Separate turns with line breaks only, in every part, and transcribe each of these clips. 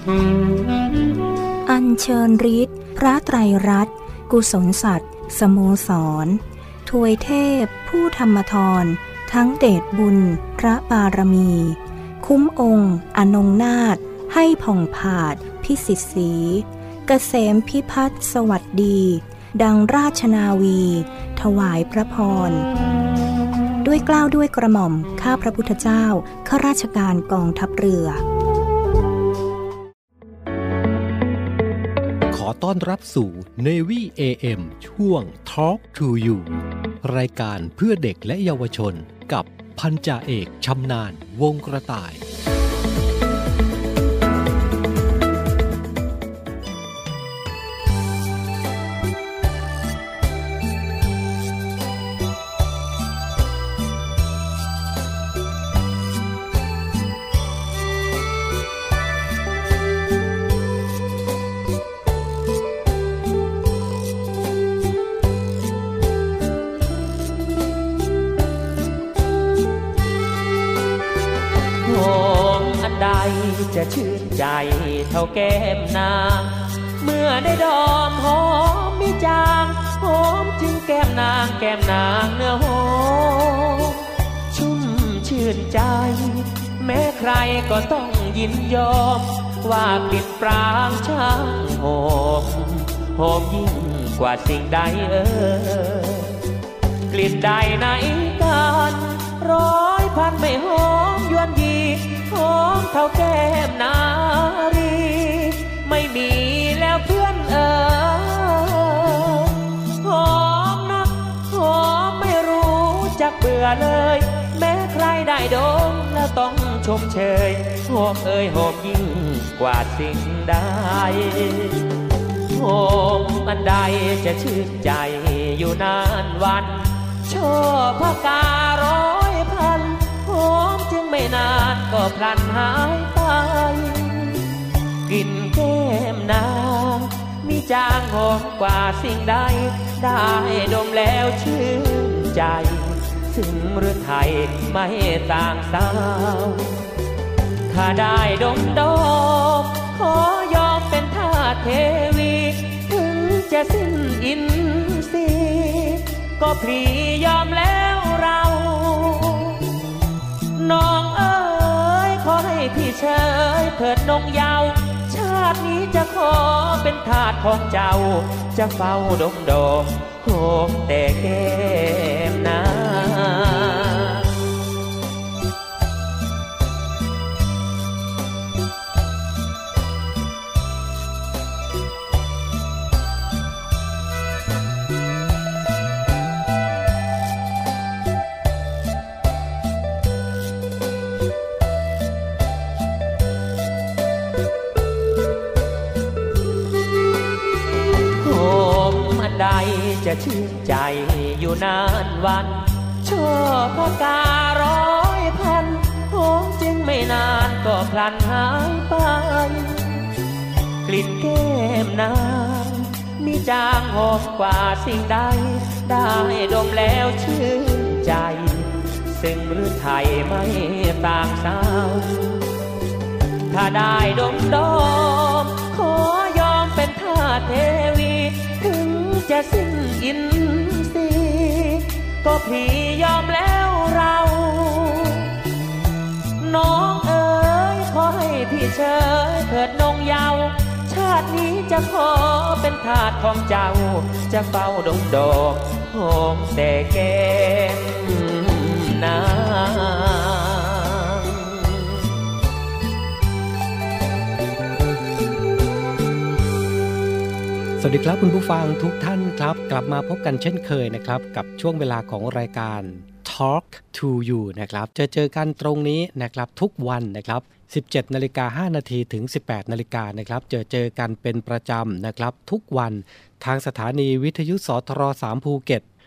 อัญเชิญฤทธิ์พระไตรรัตน์กุศลสัตว์สโมสรทวยเทพผู้ธรรมธรทั้งเดชบุญพระบารมีคุ้มองค์อนงนาถให้ผ่องผาดพิสิทธิ์ศรีเกษมพิพัฒน์สวัสดีดังราชนาวีถวายพระพรด้วยเกล้าด้วยกระหม่อมข้าพระพุทธเจ้าข้าราชการกองทัพเรือ
ขอต้อนรับสู่ Navy AM ช่วง Talk to You รายการเพื่อเด็กและเยาวชนกับพันจ่าเอกชำนาญวงกระต่าย
จะชื่นใจเท่าแก้มนางเมื่อได้ดอมหอมมิจางหอมจึงแก้มนางเนื้อหอมชุ่มชื่นใจแม้ใครก็ต้องยินยอมว่ากลิ่นปรางช่างหอมยิ่งกว่าสิ่งใดกลิ่นใดไหนกันร้อยพันไม่หอมยวนยีหอมเท่าแก้มนารีไม่มีแล้วเพื่อนหอมนักหอมไม่รู้จักเบื่อเลยแม้ใครได้ดมแล้วต้องชมเชยหอมหอมยิ่งกว่าสิ่งใดหอมอันใดจะชื่นใจอยู่นานวันช่อพการ้อยพันหอมจึงไม่นานก็พลันหายไปกลิ่นแก้มนางมีจางหอมกว่าสิ่งใดได้ดมแล้วชื่นใจซึ่งเรือไทยไม่ต่างสาวถ้าได้ดมขอยอมเป็นทาสเทวีถึงจะสิ้นอินทรีย์ก็พลียอมแล้วเราน้องขอให้พี่เชยเถิดนงเยาว์ชาตินี้จะขอเป็นทาสของเจ้าจะเฝ้าดมหอมแต่แก้มนางใดจะชื่นใจอยู่นานวันช่อพการ้อยพันหอมจึงไม่นานก็พลันหายไปกลิ่นแก้มนางมีจางหอมกว่าสิ่งใดได้ดมแล้วชื่นใจซึ่งหรือไทยไม่ต่างสาวถ้าได้ดมขอยอมเป็นทาสเทวีถึงจะสิ้นอินทรีย์ก็พี่ยอมแล้วเราน้องขอให้พี่เชยเถิดนงเยาว์ชาตินี้จะขอเป็นทาสของเจ้าจะเฝ้าดมหอมแต่แก้มนาง
สวัสดีครับคุณผู้ฟังทุกท่านครับกลับมาพบกันเช่นเคยนะครับกับช่วงเวลาของรายการ Talk to You นะครับเจอกันตรงนี้นะครับทุกวันนะครับ 17:05 น.ถึง 18:00 น.นะครับเจอกันเป็นประจำนะครับทุกวันทางสถานีวิทยุสทร3ภูเก็ต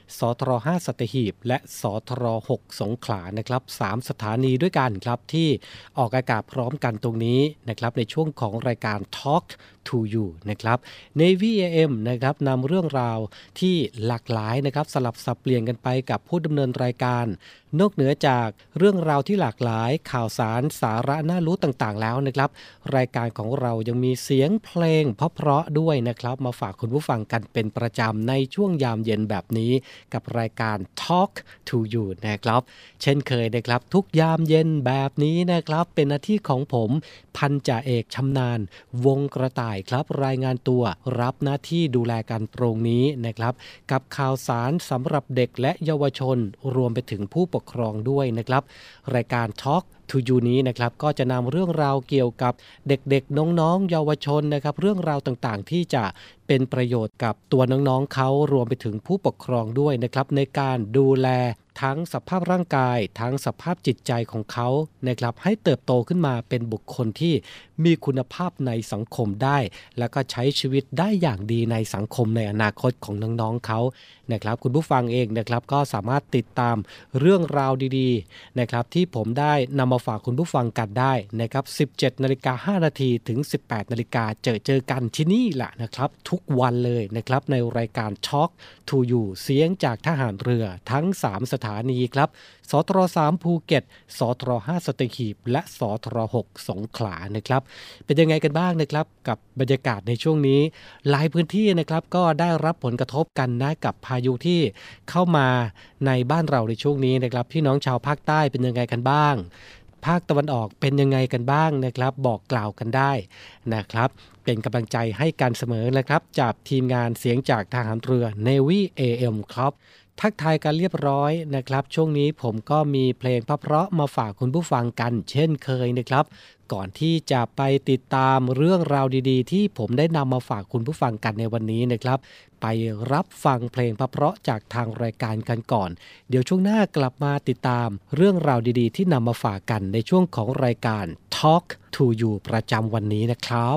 สทร5สัตหีบและสทร6สงขลานะครับ3สถานีด้วยกันครับที่ออกอากาศพร้อมกันตรงนี้นะครับในช่วงของรายการ Talk to You นะครับ Navy AM นะครับนำเรื่องราวที่หลากหลายนะครับสลับสับเปลี่ยนกันไปกับผู้ดำเนินรายการนอกเหนือจากเรื่องราวที่หลากหลายข่าวสารสาระน่ารู้ต่างๆแล้วนะครับรายการของเรายังมีเสียงเพลงเพราะๆด้วยนะครับมาฝากคุณผู้ฟังกันเป็นประจำในช่วงยามเย็นแบบนี้กับรายการ Talk to You นะครับเช่นเคยนะครับทุกยามเย็นแบบนี้นะครับเป็นหน้าที่ของผมพันจ่าเอกชำนาญวงกระต่ายครับรายงานตัวรับหน้าที่ดูแลกันตรงนี้นะครับกับข่าวสารสำหรับเด็กและเยาวชนรวมไปถึงผู้ปกครองด้วยนะครับรายการ Talk to You นี้นะครับก็จะนำเรื่องราวเกี่ยวกับเด็กๆน้องๆเยาวชนนะครับเรื่องราวต่างๆที่จะเป็นประโยชน์กับตัวน้องๆเขารวมไปถึงผู้ปกครองด้วยนะครับในการดูแลทั้งสภาพร่างกายทั้งสภาพจิตใจของเขานะครับให้เติบโตขึ้นมาเป็นบุคคลที่มีคุณภาพในสังคมได้แล้วก็ใช้ชีวิตได้อย่างดีในสังคมในอนาคตของน้องๆเขานะครับคุณผู้ฟังเองนะครับก็สามารถติดตามเรื่องราวดีๆนะครับที่ผมได้นำมาฝากคุณผู้ฟังกันได้นะครับ 17:05 น.ถึง 18:00 น.เจอกันที่นี่แหละนะครับทุกวันเลยนะครับในรายการ Talk to You เสียงจากทหารเรือทั้ง3สถานีครับสทร3ภูเก็ตสทร5สัตหีบและสทร6สงขลานะครับเป็นยังไงกันบ้างนะครับกับบรรยากาศในช่วงนี้หลายพื้นที่นะครับก็ได้รับผลกระทบกันนะกับพายุที่เข้ามาในบ้านเราในช่วงนี้นะครับพี่น้องชาวภาคใต้เป็นยังไงกันบ้างภาคตะวันออกเป็นยังไงกันบ้างนะครับบอกกล่าวกันได้นะครับเป็นกำลังใจให้กันเสมอนะครับจากทีมงานเสียงจากทหารเรือ Navy AM ครับทักทายกันเรียบร้อยนะครับช่วงนี้ผมก็มีเพลงเพราะๆมาฝากคุณผู้ฟังกันเช่นเคยนะครับก่อนที่จะไปติดตามเรื่องราวดีๆที่ผมได้นำมาฝากคุณผู้ฟังกันในวันนี้นะครับไปรับฟังเพลงเพราะๆจากทางรายการกันก่อนเดี๋ยวช่วงหน้ากลับมาติดตามเรื่องราวดีๆที่นำมาฝากกันในช่วงของรายการ Talk to You ประจำวันนี้นะครับ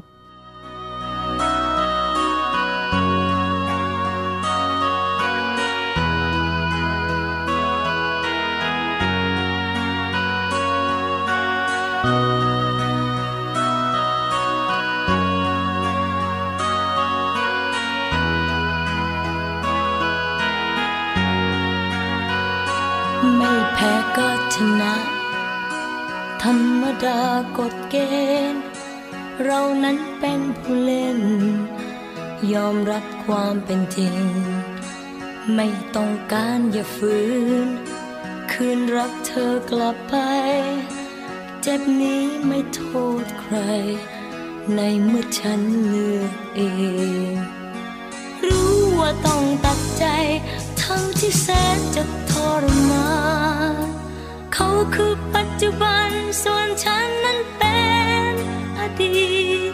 ไม่แพ้ก็ชนะธรรมดากฎเกณฑ์เรานั้นเป็นผู้เล่นยอมรับความเป็นจริงไม่ต้องการอย่าฝืนคืนรักเธอกลับไปเจ็บนี้ไม่โทษใครในเมื่อฉันเลือกเองรู้ว่าต้องตัดใจทั้งที่แสนจะทรมานเขาคือปัจจุบันส่วนฉันนั้นเป็นอดีต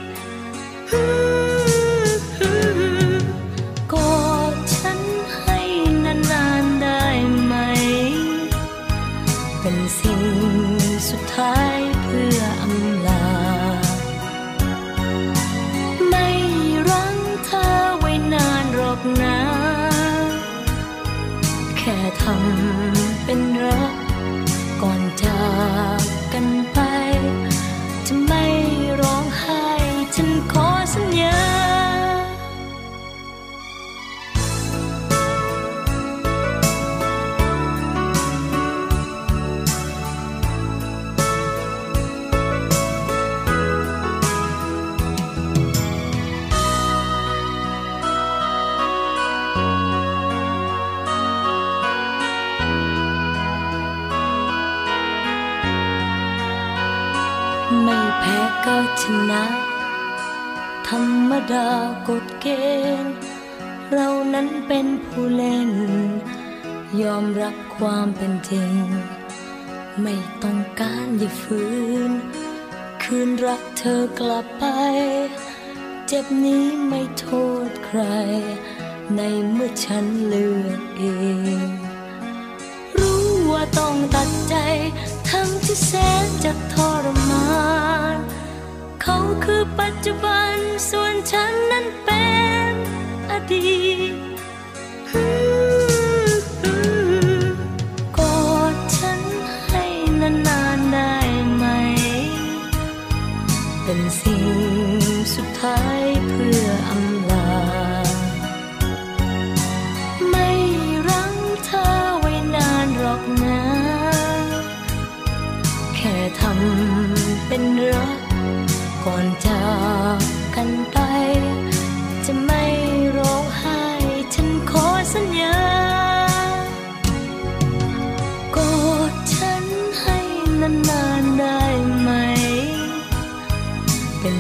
กอดฉันให้นานๆได้ไหมเป็นสิ่งสุดท้ายเพื่ออำลาไม่รั้งเธอไว้นานหรอกนะแค่ทำเป็นรักก่อนจากกันไปจะไม่ร้องไห้ฉันขอสัญญาไม่แพ้ก็ชนะธรรมดากฎเกณฑ์เรานั้นเป็นผู้เล่นยอมรับความเป็นจริงไม่ต้องการอย่าฝืนคืนรักเธอกลับไปเจ็บนี้ไม่โทษใครในเมื่อฉันเลือกเองรู้ว่าต้องตัดใจทั้งที่แสนจะทรมานเขาคือปัจจุบันส่วนฉันนั้นเป็นอดีต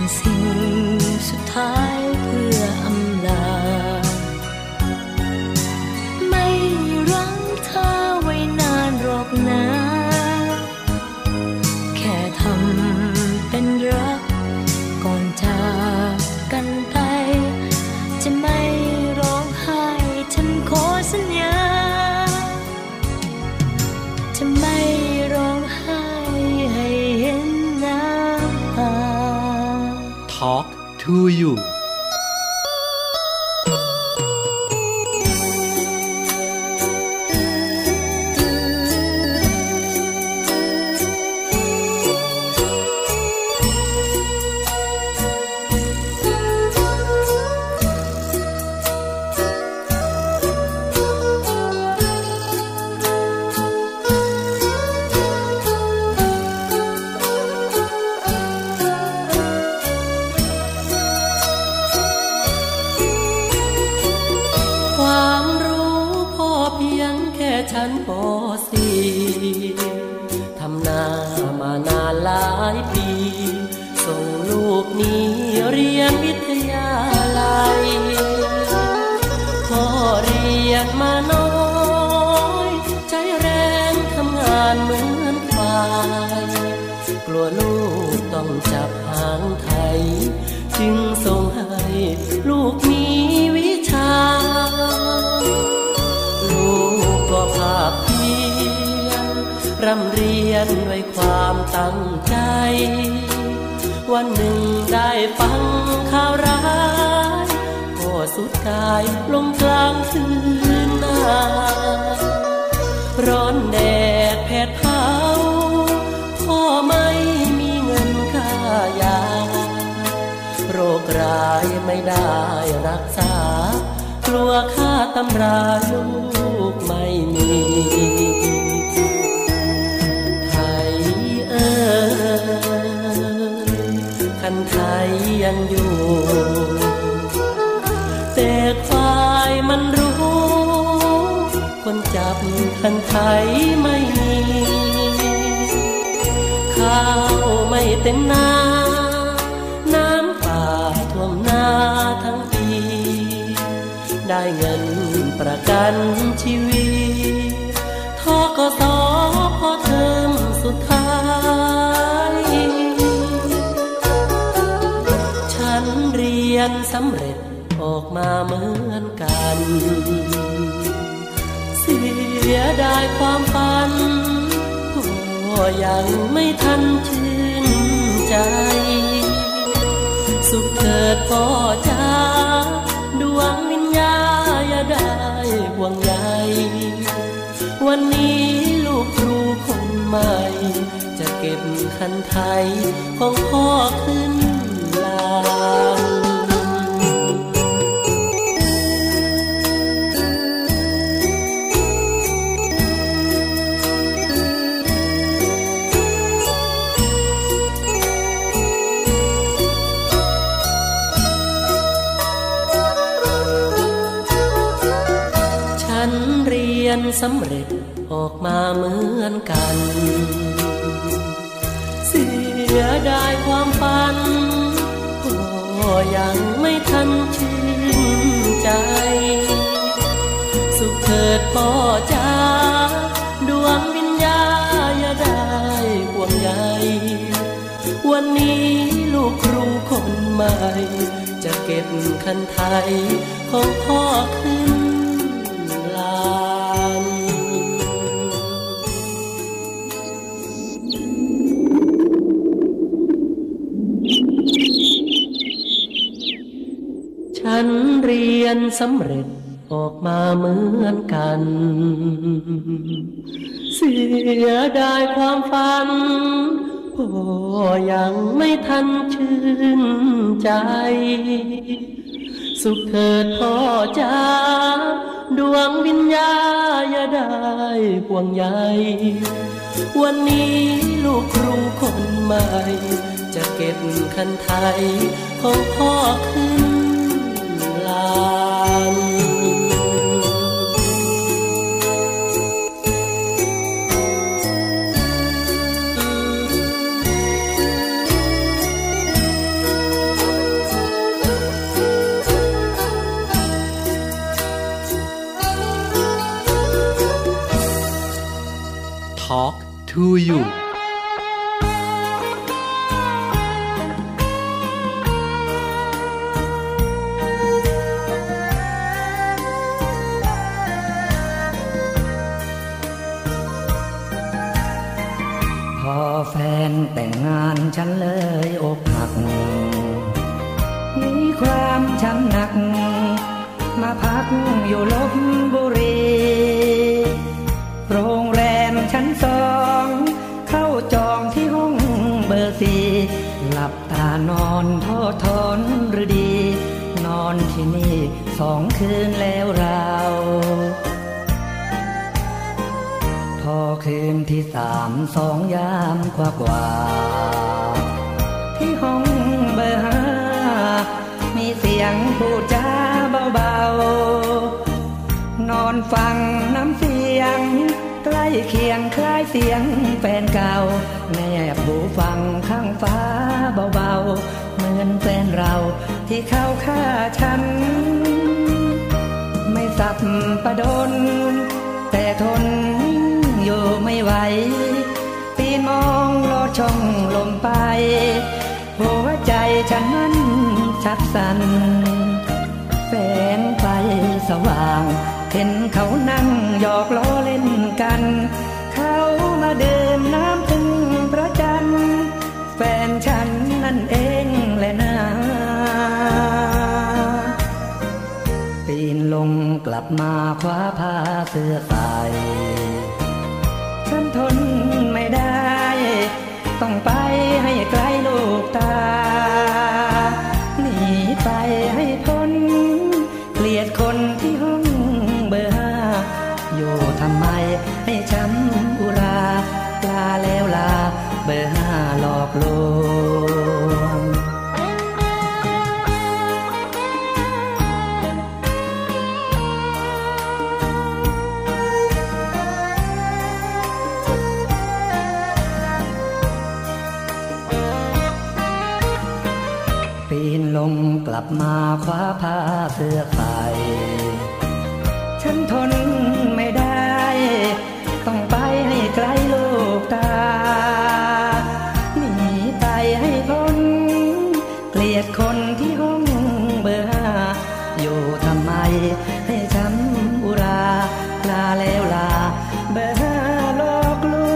สิ่งสุดท้ายเพื่ออำลาไม่รักเธอไว้นานหรอกนะแค่ทำเป็นรักก่อนจากกันไปจะไม่ร้องไห้ฉันขอสัญญาจะไม่ร้องไห้ให้เห็นน้ำตา
Talk to you
ฉันป.4 ทำนามานานหลายปีส่งลูกนี้เรียนวิทยาลัยพ่อเรียนมาน้อยใช้แรงทำงานเหมือนควายกลัวลูกต้องจับหางไถจึงส่งให้ลูกมีวิชาก็ภาคเพียรร่ำเรียนด้วยความตั้งใจวันหนึ่งได้ฟังข่าวร้ายก็สุดกายลงกลางคืนนาร้อนแดดแผดเผาพ่อไม่มีเงินค่ายาโรคร้ายไม่ได้รักษากลัวค่าตำราลูกไม่มีไทยคันไทยยังอยู่แต่ควายมันรู้คนจับคันไทยไม่มีข้าวไม่เต็มนาน้ำป่าท่วมนาทั้งปีได้เงินประกันชีวิตทกส.พอเทอมสุดท้ายฉันเรียนสำเร็จออกมาเหมือนกันเสียดายความฝันพ่อยังไม่ทันชื่นใจสุขเถิดพ่อจ้าดวงวิญญาณอย่าได้ห่วงใยวันนี้ลูกครูคนใหม่จะเก็บคันไทยของพ่อขึ้นลานสำเร็จออกมาเหมือนกันเสียดายความฝันพ่อยังไม่ทันชื่นใจสุขเถิดพ่อจ้าดวงวิญญาณอย่าได้ห่วงใยวันนี้ลูกครูคนใหม่จะเก็บคันไทยของพ่อขึ้นลานฉันเรียนสำเร็จออกมาเหมือนกันเสียดายความฝันพ่อยังไม่ทันชื่นใจสุขเถิดพ่อจ้าดวงวิญญาณอย่าได้ห่วงใยวันนี้ลูกครูคนใหม่จะเก็บคันไทยของพ่อขึ้นลาน
to You
พอแฟนแต่งงานฉันเลยอกหักมีความช้ำหนักมาพักอยู่ลพบุรีโรงแรมชั้น2เข้าจองที่ห้องเบอร์4หลับตานอนท้อทนหรือดีนอนที่นี่2 คืนแล้วเราพอคืนที่3 2 ยามกว่าที่ห้องเบอร์5มีเสียงพูดจาเบาๆนอนฟังน้ำเสียงใกล้เคียงคล้ายเสียงแฟนเก่าแนบหูฟังข้างฟ้าเบาๆเหมือนแฟนเราที่เข้าฆ่าฉันไม่สับประดนแต่ทนอยู่ไม่ไหวปีนมองลอดช่องลมไปหัวใจฉันนั้นชักสั่นแสงไฟสว่างเห็นเขานั่งหยอกล้อเล่นกันเขามาดื่มน้ำพึ่งพระจันทร์แฟนฉันนั่นเองแหละนะปีนลงกลับมาคว้าผ้าเสื้อใส่ฉันทนไม่ได้ต้องไปให้ไกลลูกตาหนีไปให้พ้นเกลียดคนที่ห้องเบอร์5อยู่ทำไมให้ช้ำอุราลาแล้วลาเบอร์5หลอกลวงปีนลงกลับมาคว้าผ้าเสื้อใส่ฉันทนไม่ได้ต้องไปให้ไกลลูกตาหนีไปให้พ้นเกลียดคนที่ห้องเบอร์5อยู่ทำไมให้ช้ำอุราลาแล้วลาเบอร์5หลอกลวง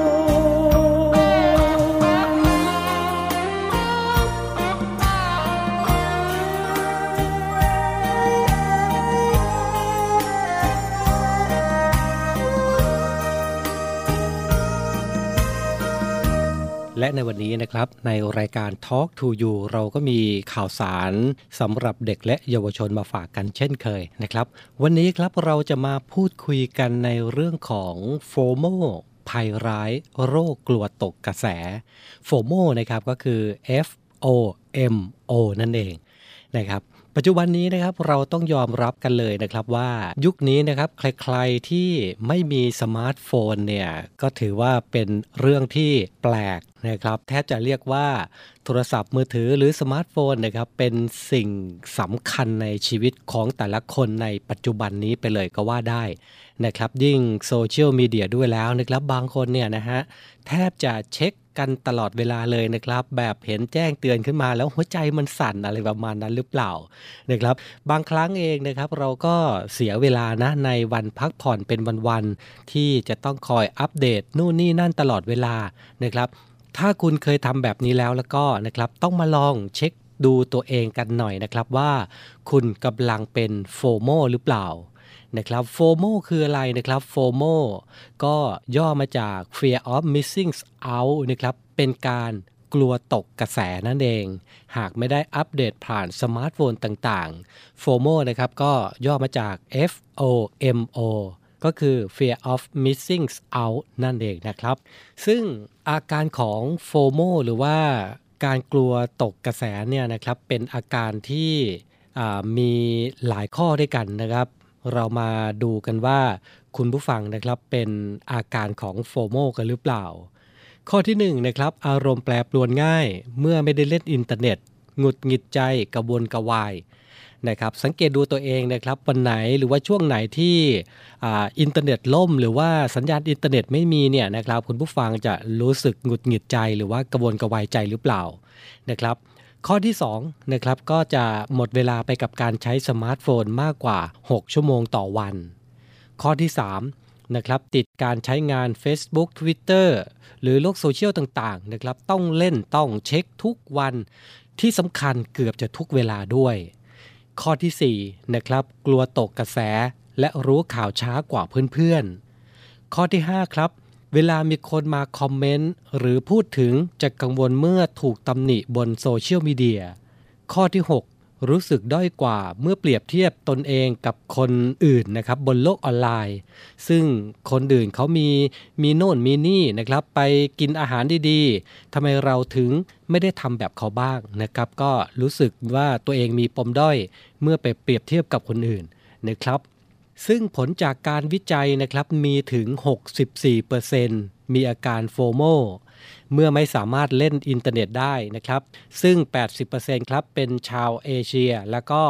และในวันนี้นะครับในรายการ Talk to You เราก็มีข่าวสารสำหรับเด็กและเยาวชนมาฝากกันเช่นเคยนะครับวันนี้ครับเราจะมาพูดคุยกันในเรื่องของ FOMO ภัยร้ายโรคกลัวตกกระแส FOMO นะครับก็คือ FOMO นั่นเองนะครับปัจจุบันนี้นะครับเราต้องยอมรับกันเลยนะครับว่ายุคนี้นะครับใครๆที่ไม่มีสมาร์ทโฟนเนี่ยก็ถือว่าเป็นเรื่องที่แปลกนะครับแทบจะเรียกว่าโทรศัพท์มือถือหรือสมาร์ทโฟนนะครับเป็นสิ่งสำคัญในชีวิตของแต่ละคนในปัจจุบันนี้ไปเลยก็ว่าได้นะครับยิ่งโซเชียลมีเดียด้วยแล้วนะครับบางคนเนี่ยนะฮะแทบจะเช็คกันตลอดเวลาเลยนะครับแบบเห็นแจ้งเตือนขึ้นมาแล้วหัวใจมันสั่นอะไรประมาณนั้นหรือเปล่านะครับบางครั้งเองนะครับเราก็เสียเวลานะในวันพักผ่อนเป็นวันๆที่จะต้องคอยอัปเดตนู่นนี่นั่นตลอดเวลานะครับถ้าคุณเคยทำแบบนี้แล้วก็นะครับต้องมาลองเช็คดูตัวเองกันหน่อยนะครับว่าคุณกำลังเป็น FOMO หรือเปล่านะครับ FOMO คืออะไรนะครับ FOMO ก็ย่อมาจาก Fear of Missing Out นะครับเป็นการกลัวตกกระแสนั่นเองหากไม่ได้อัปเดตผ่านสมาร์ทโฟนต่างๆ FOMO นะครับก็ย่อมาจาก FOMO ก็คือ Fear of Missing Out นั่นเองนะครับซึ่งอาการของ FOMO หรือว่าการกลัวตกกระแสเนี่ยนะครับเป็นอาการที่มีหลายข้อด้วยกันนะครับเรามาดูกันว่าคุณผู้ฟังนะครับเป็นอาการของ FOMO กันหรือเปล่าข้อที่1นะครับอารมณ์แปรปรวนง่ายเมื่อไม่ได้เล่นอินเทอร์เน็ตหงุดหงิดใจกระวนกระวายนะครับสังเกตดูตัวเองนะครับวันไหนหรือว่าช่วงไหนที่อินเทอร์เน็ตล่มหรือว่าสัญญาณอินเทอร์เน็ตไม่มีเนี่ยนะครับคุณผู้ฟังจะรู้สึกหงุดหงิดใจหรือว่ากระวนกระวายใจหรือเปล่านะครับข้อที่2นะครับก็จะหมดเวลาไปกับการใช้สมาร์ทโฟนมากกว่า6ชั่วโมงต่อวันข้อที่3นะครับติดการใช้งาน Facebook Twitter หรือโลกโซเชียลต่างๆนะครับต้องเล่นต้องเช็คทุกวันที่สำคัญเกือบจะทุกเวลาด้วยข้อที่4นะครับกลัวตกกระแสและรู้ข่าวช้ากว่าเพื่อนๆข้อที่5ครับเวลามีคนมาคอมเมนต์หรือพูดถึงจะกังวลเมื่อถูกตำหนิบนโซเชียลมีเดียข้อที่6รู้สึกด้อยกว่าเมื่อเปรียบเทียบตนเองกับคนอื่นนะครับบนโลกออนไลน์ซึ่งคนอื่นเขามีโน่นมีนี่นะครับไปกินอาหารดีๆทำไมเราถึงไม่ได้ทำแบบเขาบ้างนะครับก็รู้สึกว่าตัวเองมีปมด้อยเมื่อไปเปรียบเทียบกับคนอื่นนะครับซึ่งผลจากการวิจัยนะครับมีถึง 64% มีอาการโฟโมเมื่อไม่สามารถเล่นอินเทอร์เน็ตได้นะครับซึ่ง 80% ครับเป็นชาวเอเชียแล้วก็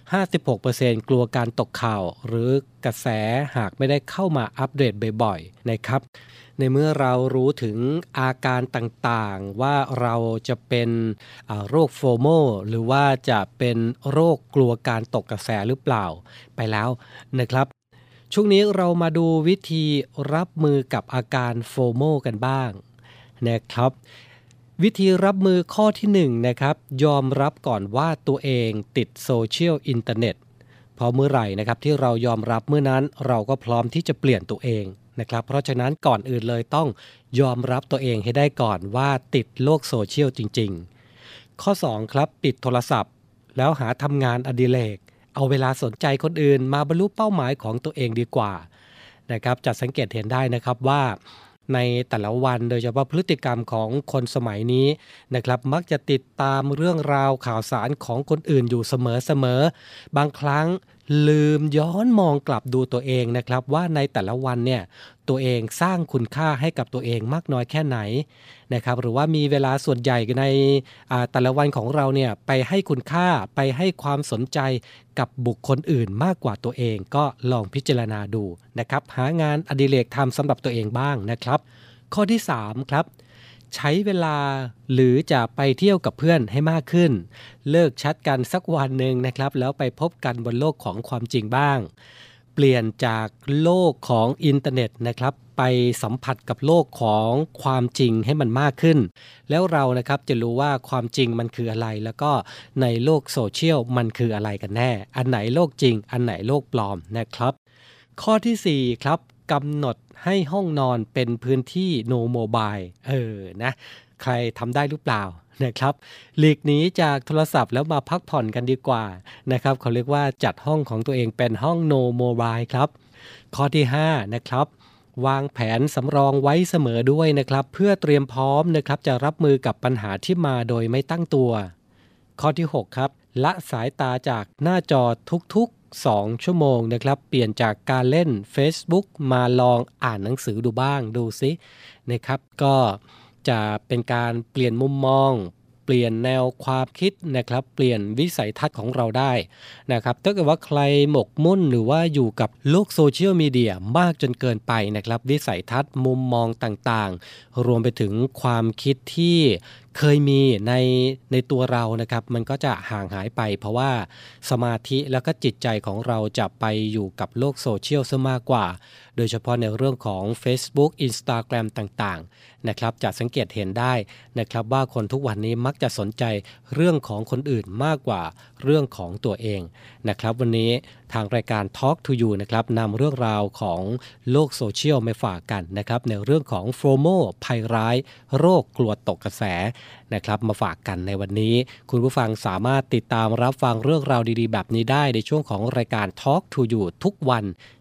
56% กลัวการตกข่าวหรือกระแสหากไม่ได้เข้ามาอัปเดตบ่อยๆนะครับในเมื่อเรารู้ถึงอาการต่างๆว่าเราจะเป็นโรคโฟโมหรือว่าจะเป็นโรคกลัวการตกกระแสหรือเปล่าไปแล้วนะครับช่วงนี้เรามาดูวิธีรับมือกับอาการโฟโมกันบ้างนะครับวิธีรับมือข้อที่1นะครับยอมรับก่อนว่าตัวเองติดโซเชียลอินเทอร์เน็ตพอเมื่อไหร่นะครับที่เรายอมรับเมื่อนั้นเราก็พร้อมที่จะเปลี่ยนตัวเองนะครับเพราะฉะนั้นก่อนอื่นเลยต้องยอมรับตัวเองให้ได้ก่อนว่าติดโลกโซเชียลจริงๆข้อ2ครับปิดโทรศัพท์แล้วหาทำงานอดิเรกเอาเวลาสนใจคนอื่นมาบรรลุเป้าหมายของตัวเองดีกว่านะครับจะสังเกตเห็นได้นะครับว่าในแต่ละวันโดยเฉพาะพฤติกรรมของคนสมัยนี้นะครับมักจะติดตามเรื่องราวข่าวสารของคนอื่นอยู่เสมอๆบางครั้งลืมย้อนมองกลับดูตัวเองนะครับว่าในแต่ละวันเนี่ยตัวเองสร้างคุณค่าให้กับตัวเองมากน้อยแค่ไหนนะครับหรือว่ามีเวลาส่วนใหญ่ในแต่ละวันของเราเนี่ยไปให้คุณค่าไปให้ความสนใจกับบุคคลอื่นมากกว่าตัวเองก็ลองพิจารณาดูนะครับหางานอดิเรกทำสำหรับตัวเองบ้างนะครับข้อที่3ครับใช้เวลาหรือจะไปเที่ยวกับเพื่อนให้มากขึ้นเลิกแชทกันสักวันหนึ่งนะครับแล้วไปพบกันบนโลกของความจริงบ้างเปลี่ยนจากโลกของอินเทอร์เน็ตนะครับไปสัมผัสกับโลกของความจริงให้มันมากขึ้นแล้วเรานะครับจะรู้ว่าความจริงมันคืออะไรแล้วก็ในโลกโซเชียลมันคืออะไรกันแน่อันไหนโลกจริงอันไหนโลกปลอมนะครับข้อที่4ครับกำหนดให้ห้องนอนเป็นพื้นที่ no mobile นะใครทำได้หรือเปล่านะครับหลีกหนีจากโทรศัพท์แล้วมาพักผ่อนกันดีกว่านะครับเขาเรียกว่าจัดห้องของตัวเองเป็นห้อง no mobile ครับข้อที่5นะครับวางแผนสำรองไว้เสมอด้วยนะครับเพื่อเตรียมพร้อมนะครับจะรับมือกับปัญหาที่มาโดยไม่ตั้งตัวข้อที่6ครับละสายตาจากหน้าจอทุกๆ2ชั่วโมงนะครับเปลี่ยนจากการเล่น Facebook มาลองอ่านหนังสือดูบ้างดูซินะครับก็จะเป็นการเปลี่ยนมุมมองเปลี่ยนแนวความคิดนะครับเปลี่ยนวิสัยทัศน์ของเราได้นะครับถ้าเกิดว่าใครหมกมุ่นหรือว่าอยู่กับโลกโซเชียลมีเดียมากจนเกินไปนะครับวิสัยทัศน์มุมมองต่างๆรวมไปถึงความคิดที่เคยมีในตัวเรานะครับมันก็จะห่างหายไปเพราะว่าสมาธิแล้วก็จิตใจของเราจะไปอยู่กับโลกโซเชียลซะมากกว่าโดยเฉพาะในเรื่องของ Facebook Instagram ต่างๆนะครับจะสังเกตเห็นได้นะครับว่าคนทุกวันนี้มักจะสนใจเรื่องของคนอื่นมากกว่าเรื่องของตัวเองนะครับวันนี้ทางรายการ Talk to You นะครับนำเรื่องราวของโลกโซเชียลมาฝากกันนะครับในเรื่องของโฟโมภัยร้ายโรคกลัวตกกระแสนะครับมาฝากกันในวันนี้คุณผู้ฟังสามารถติดตามรับฟังเรื่องราวดีๆแบบนี้ได้ในช่วงของรายการ Talk to You ทุกวัน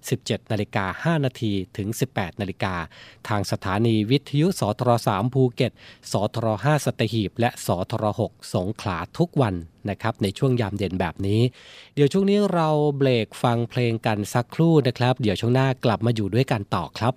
17:05 นาทีถึง 18 นาฬิกาทางสถานีวิทยุสทร3ภูเก็ตสทร5สัตหีบและสทร6สงขลาทุกวันนะครับในช่วงยามเย็นแบบนี้เดี๋ยวช่วงนี้เราเบรกฟังเพลงกันสักครู่นะครับเดี๋ยวช่วงหน้ากลับมาอยู่ด้วยกันต่อครับ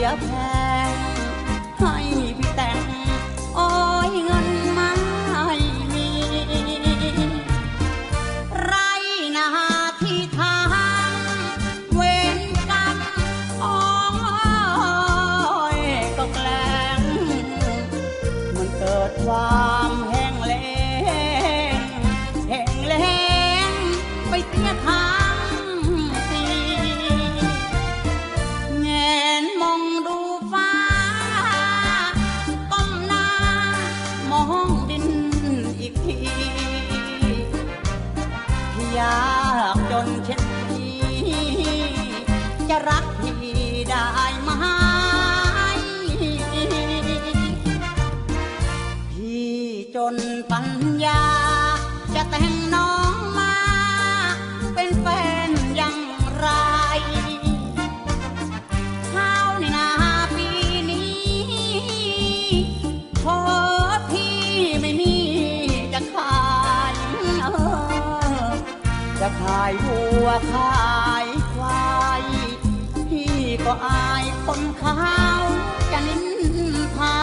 อแพงให้พี่แต่งโอ้ยเงินไม่มีไรนาที่ทางเวรกรรมโอ้ยก็แกล้งมันเกิดความแห้งแล้งแห้งแล้งไปเสียทางสีแงนมองดูฟ้าก้มหน้ามองดินอีกทีอยากจนเช่นนี้จะรักพี่ได้ไหมพี่จนปัญญาจะแต่งน้องมาเป็นแฟนอย่างไรข้าวในนาปีนี้พอพี่ไม่มีจะขายจะขายวัวขายควายพี่ก็อายคนเขาจะนินทา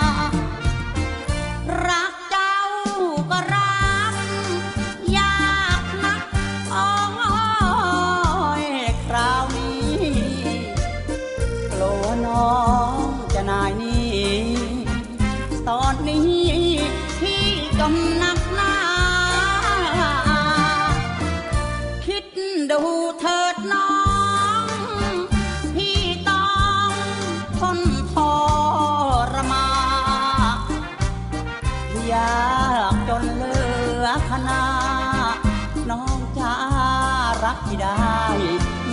รักเจ้าก็รักยากนักโอ้ยคราวนี้กลัวน้องจะนายนี้ตอนนี้พี่กำนักหน้าคิดดูเถิดน้องพี่ต้องทนทรมานอยากจนเหลือขนาน้องจะรักพี่ได้ไหม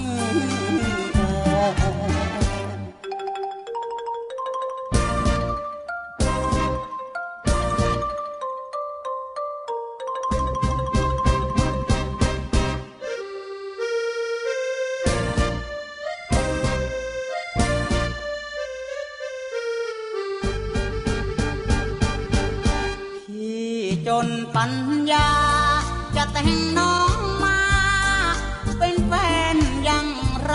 พี่จนปัญญาจะแต่งน้องมาเป็นแฟนอย่างไร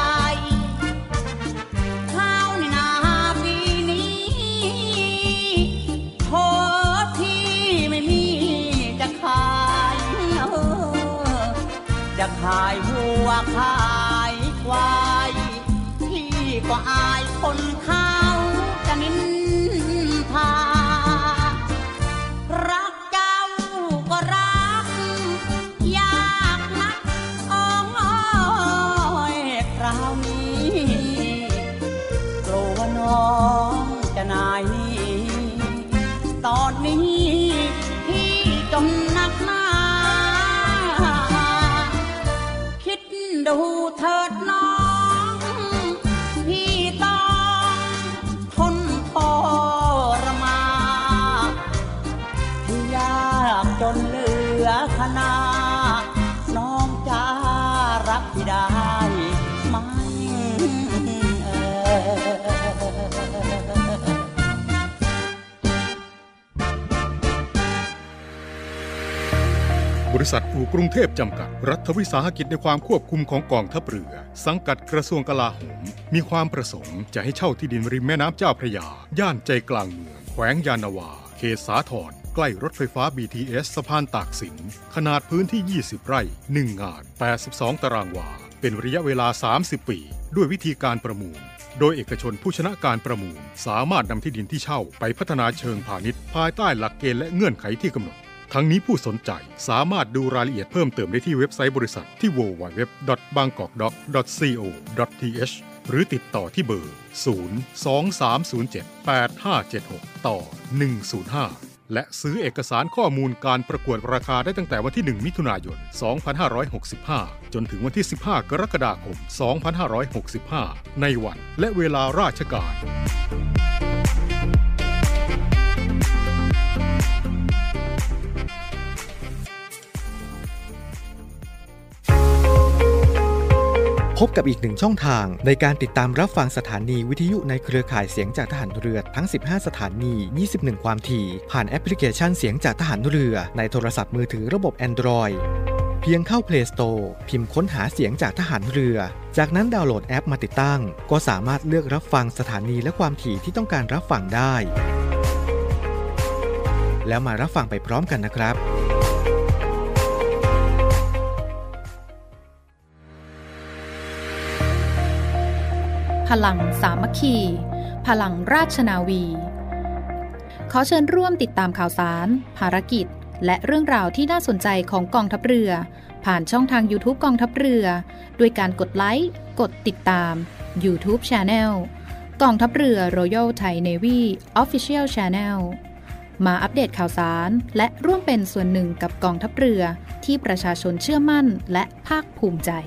ข้าวในนาปีนี้โทษที่ไม่มีจะขายจะขายวัวขายควายพี่ก็อายคนเขาจะนินทารักเจ้าก็รักยากนักโอ้ยคราวนี้กลัวน้องจะนายนี้ตอนนี้พี่จมนักหนาคิดดูเถิดน้องพี่ต้องทนทรมานอยากจนเหลือขนาน้องจะรักพี่ได้ไหม
บริษัทอู่กรุงเทพจำกัดรัฐวิสาหกิจในความควบคุมของกองทัพเรือสังกัดกระทรวงกลาโหมมีความประสงค์จะให้เช่าที่ดินริมแม่น้ำเจ้าพระยาย่านใจกลางเมืองแขวงยานนาวาเขตสาทรใกล้รถไฟฟ้า BTS สะพานตากสินขนาดพื้นที่20ไร่1งาน82ตารางวาเป็นระยะเวลา30ปีด้วยวิธีการประมูลโดยเอกชนผู้ชนะการประมูลสามารถนำที่ดินที่เช่าไปพัฒนาเชิงพาณิชย์ภายใต้หลักเกณฑ์และเงื่อนไขที่กำหนดทั้งนี้ผู้สนใจสามารถดูรายละเอียดเพิ่มเติมได้ที่เว็บไซต์บริษัทที่ www.bangkokdock.co.th หรือติดต่อที่เบอร์ 023078576 ต่อ 105 และซื้อเอกสารข้อมูลการประกวดราคาได้ตั้งแต่วันที่ 1 มิถุนายน 2565 จนถึงวันที่ 15 กรกฎาคม 2565 ในวันและเวลาราชการ
พบกับอีกหนึ่งช่องทางในการติดตามรับฟังสถานีวิทยุในเครือข่ายเสียงจากทหารเรือทั้ง15สถานี 21 ความถี่ผ่านแอปพลิเคชันเสียงจากทหารเรือในโทรศัพท์มือถือระบบ Android เพียงเข้า Play Store พิมพ์ค้นหาเสียงจากทหารเรือจากนั้นดาวน์โหลดแอปมาติดตั้งก็สามารถเลือกรับฟังสถานีและความถี่ที่ต้องการรับฟังได้แล้วมารับฟังไปพร้อมกันนะครับ
พลังสามัคคีพลังราชนาวีขอเชิญร่วมติดตามข่าวสารภารกิจและเรื่องราวที่น่าสนใจของกองทัพเรือผ่านช่องทาง YouTube กองทัพเรือด้วยการกดไลค์กดติดตาม YouTube Channel กองทัพเรือ Royal Thai Navy Official Channel มาอัปเดตข่าวสารและร่วมเป็นส่วนหนึ่งกับกองทัพเรือที่ประชาชนเชื่อมั่นและภาคภูมิใจ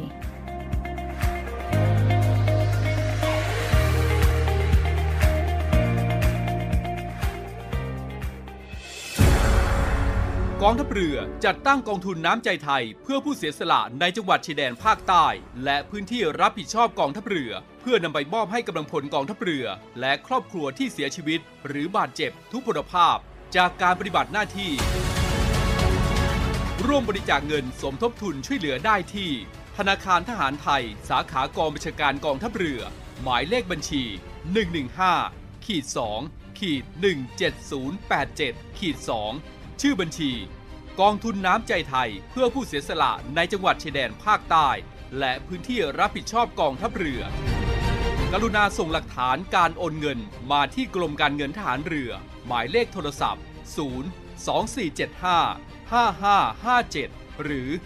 กองทัพเรือจัดตั้งกองทุนน้ำใจไทยเพื่อผู้เสียสละในจังหวัดชายแดนภาคใต้และพื้นที่รับผิดชอบกองทัพเรือเพื่อนำไปมอบให้กำลังพลกองทัพเรือและครอบครัวที่เสียชีวิตหรือบาดเจ็บทุพพลภาพจากการปฏิบัติหน้าที่ร่วมบริจาคเงินสมทบทุนช่วยเหลือได้ที่ธนาคารทหารไทยสาขากองบัญชาการกองทัพเรือหมายเลขบัญชี 115-2-17087-2ชื่อบัญชีกองทุนน้ำใจไทยเพื่อผู้เสียสละในจังหวัดชายแดนภาคใต้และพื้นที่รับผิดชอบกองทัพเรือกรุณาส่งหลักฐานการโอนเงินมาที่กรมการเงินทหารเรือหมายเลขโทรศัพท์024755557หรือ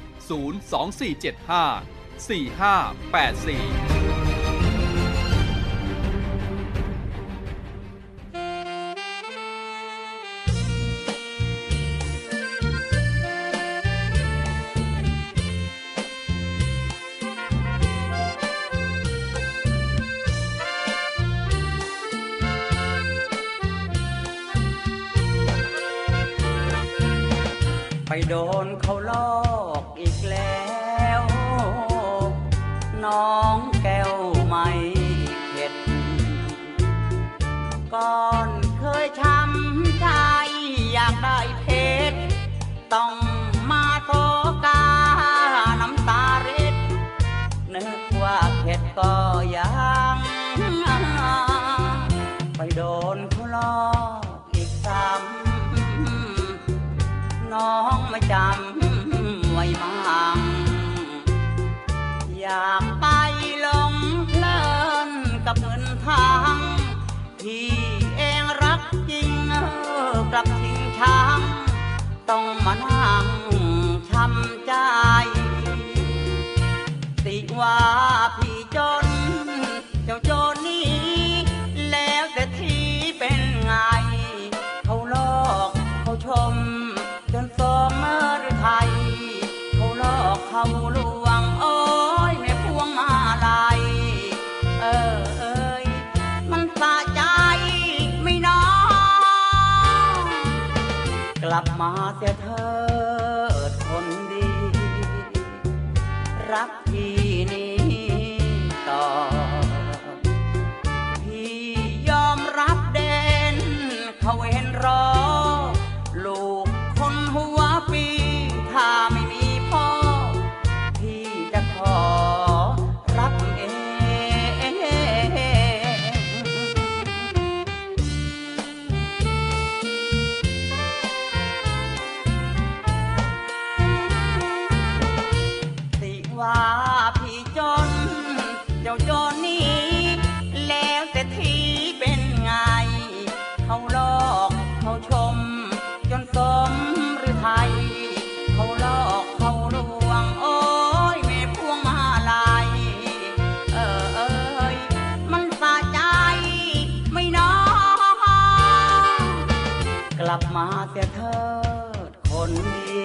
024754584
ไปโดนเขาลอกอีกแล้วน้องแก้วไม่เข็ดก่อนเคยช้ำใจอยากได้เพชรต้องมาโศกาน้ำตาริดนึกว่าเข็ดก็ยังไปโดนเขาลอกอีกซ้ำน้องไม่จำไว้มั่งอยากไปหลงเพลินกับเงินทางที่เองรักจริงกลับทิ้งช้างต้องมานั่งช้ำใจติว่าพี่จนเจ้าโจรนี้แล้วแต่ที่เป็นไงเขาลอกเขาชมจนสมฤทัยเขาลอกเขาลวงโอ้ยแม่พวงมาลัยมันสะใจไม่น้องกลับมาเสียเถิดคนดีรักพี่นี้ต่อพี่ยอมรับเด่นเขาเห็นรอลูกคนหัวปีถ้าไม่มีพ่อพี่จะขอรับเองสิว่าพี่จนเจ้าโจรนี้แล้วแต่ที่เป็นไงเขาลอกเขาชมจนสมฤทัยเขาลอกเขาลวงโอ้ยแม่พวงมาลัยมันสะใจไม่น้องกลับมาเสียเถิดคนดี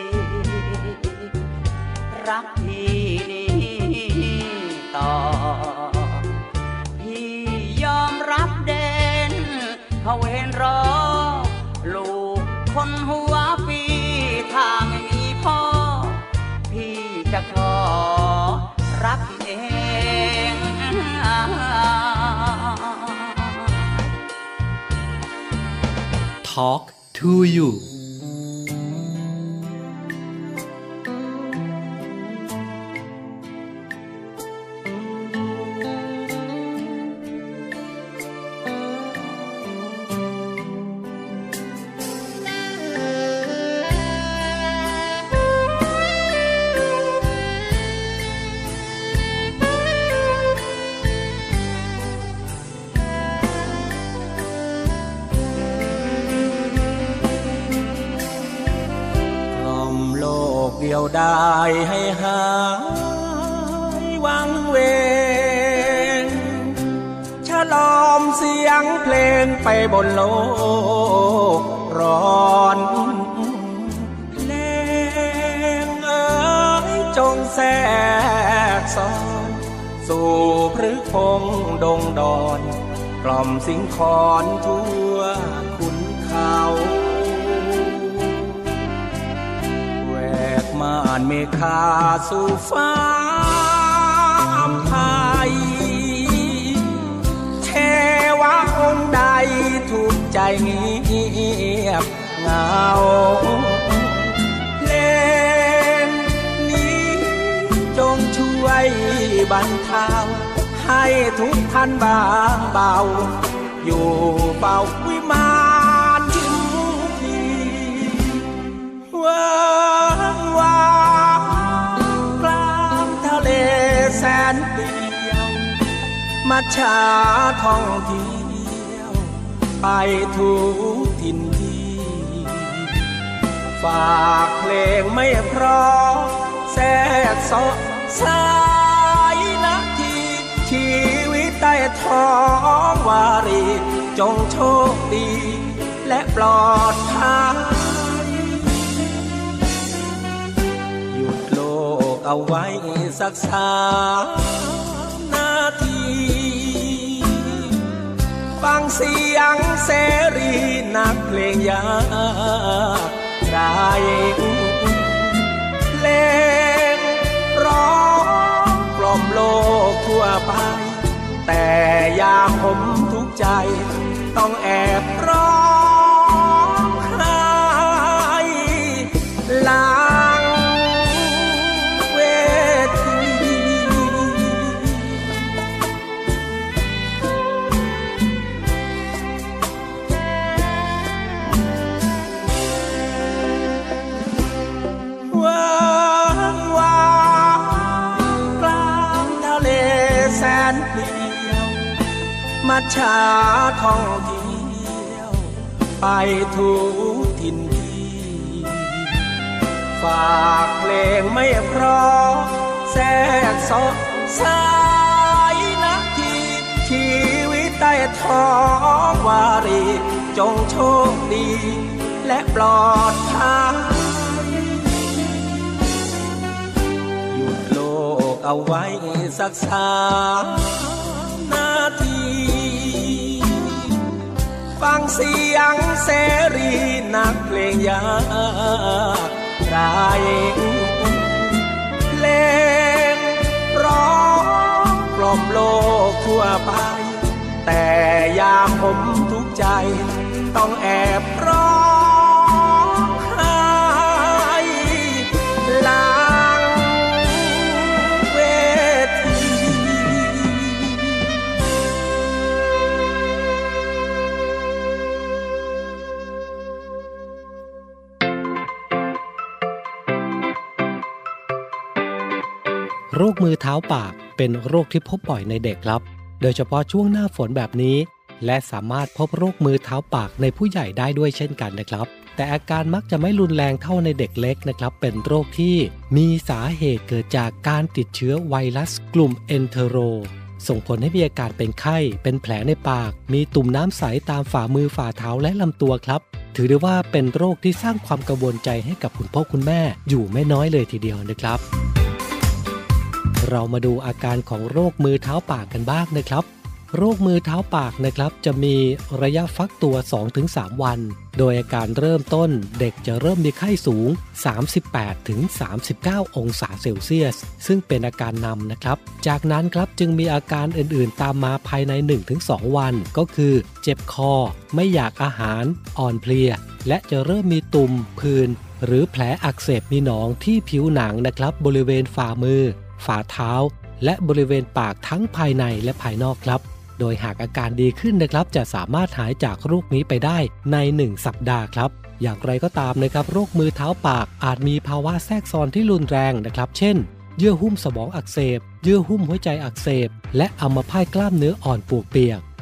รักพี่นี้ต่อพี่ยอมรับเด่นเขาเห็นรอลูกคนหัวปีถ้าไม่มีพ่อพี่จะขอรับเอง
Talk to you
ได้ให้หายวังเวงฉลอมเสียงเพลงไปบนโลกร้อนเพลงเอ๋ยจงแทรกซ้อนสู่พฤกษ์พงดงดอนกล่อมสิงคอนทั่วขุนเขาแหวกม่านเมฆาสู่ฟ้าไทยเทวะองค์ใดถูกใจเงียบเหงาเพลงนี้จงช่วยบรรเทาให้ทุกท่านบางเบาอยู่เฝ้าวิมานถึงทีว่างว่างกลางทะเลแสนเดียวมัจฉาท่องเที่ยวไปทุกถิ่นที่ฝากเพลงไม่เพราะแทรกซ้อนสายนาทีชีวิตใต้ท้องวารีจงโชคดีและปลอดภัยหยุดโลกเอาไว้สัก3 นาทีฟังเสียงเสรีนักเพลงยากไรเพลงร้องกล่อมโลกทั่วไปแต่ยามผมทุกข์ใจต้องแอบร้องไห้หลังเวทีว่างว่างกลางทะเลแสนเปลี่ยวมัจฉาท่องเที่ยวไปทุกถิ่นที่ฝากเพลงไม่เพราะแทรกซ้อนสายนาทีชีวิตใต้ท้องวารีจงโชคดีและปลอดภัยหยุดโลกเอาไว้สัก3 นาทีฟังเสียงเสรีนักเพลงยากไรเพลงร้องกล่อมโลกทั่วไปแต่ยามผมทุกข์ใจต้องแอบร้องไห้หลังเวที
โรคมือเท้าปากเป็นโรคที่พบบ่อยในเด็กครับโดยเฉพาะช่วงหน้าฝนแบบนี้และสามารถพบโรคมือเท้าปากในผู้ใหญ่ได้ด้วยเช่นกันนะครับแต่อาการมักจะไม่รุนแรงเท่าในเด็กเล็กนะครับเป็นโรคที่มีสาเหตุเกิดจากการติดเชื้อไวรัสกลุ่มเอนเทโรส่งผลให้มีอาการเป็นไข้เป็นแผลในปากมีตุ่มน้ำใสตามฝ่ามือฝ่าเท้าและลำตัวครับถือได้ว่าเป็นโรคที่สร้างความกังวลใจให้กับคุณพ่อคุณแม่อยู่ไม่น้อยเลยทีเดียวนะครับเรามาดูอาการของโรคมือเท้าปากกันบ้างนะครับโรคมือเท้าปากนะครับจะมีระยะฟักตัว 2-3 วันโดยอาการเริ่มต้นเด็กจะเริ่มมีไข้สูง 38-39 องศาเซลเซียสซึ่งเป็นอาการนำนะครับจากนั้นครับจึงมีอาการอื่นๆตามมาภายใน 1-2 วันก็คือเจ็บคอไม่อยากอาหารอ่อนเพลียและจะเริ่มมีตุ่มผื่นหรือแผลอักเสบมีหนองที่ผิวหนังนะครับบริเวณฝ่ามือฝ่าเท้าและบริเวณปากทั้งภายในและภายนอกครับโดยหากอาการดีขึ้นนะครับจะสามารถหายจากโรคนี้ไปได้ใน1 สัปดาห์ครับอย่างไรก็ตามนะครับโรคมือเท้าปากอาจมีภาวะแทรกซ้อนที่รุนแรงนะครับเช่นเยื่อหุ้มสมองอักเสบเยื่อหุ้มหัวใจอักเสบและอัมพาตกล้ามเนื้ออ่อนปวกเปียก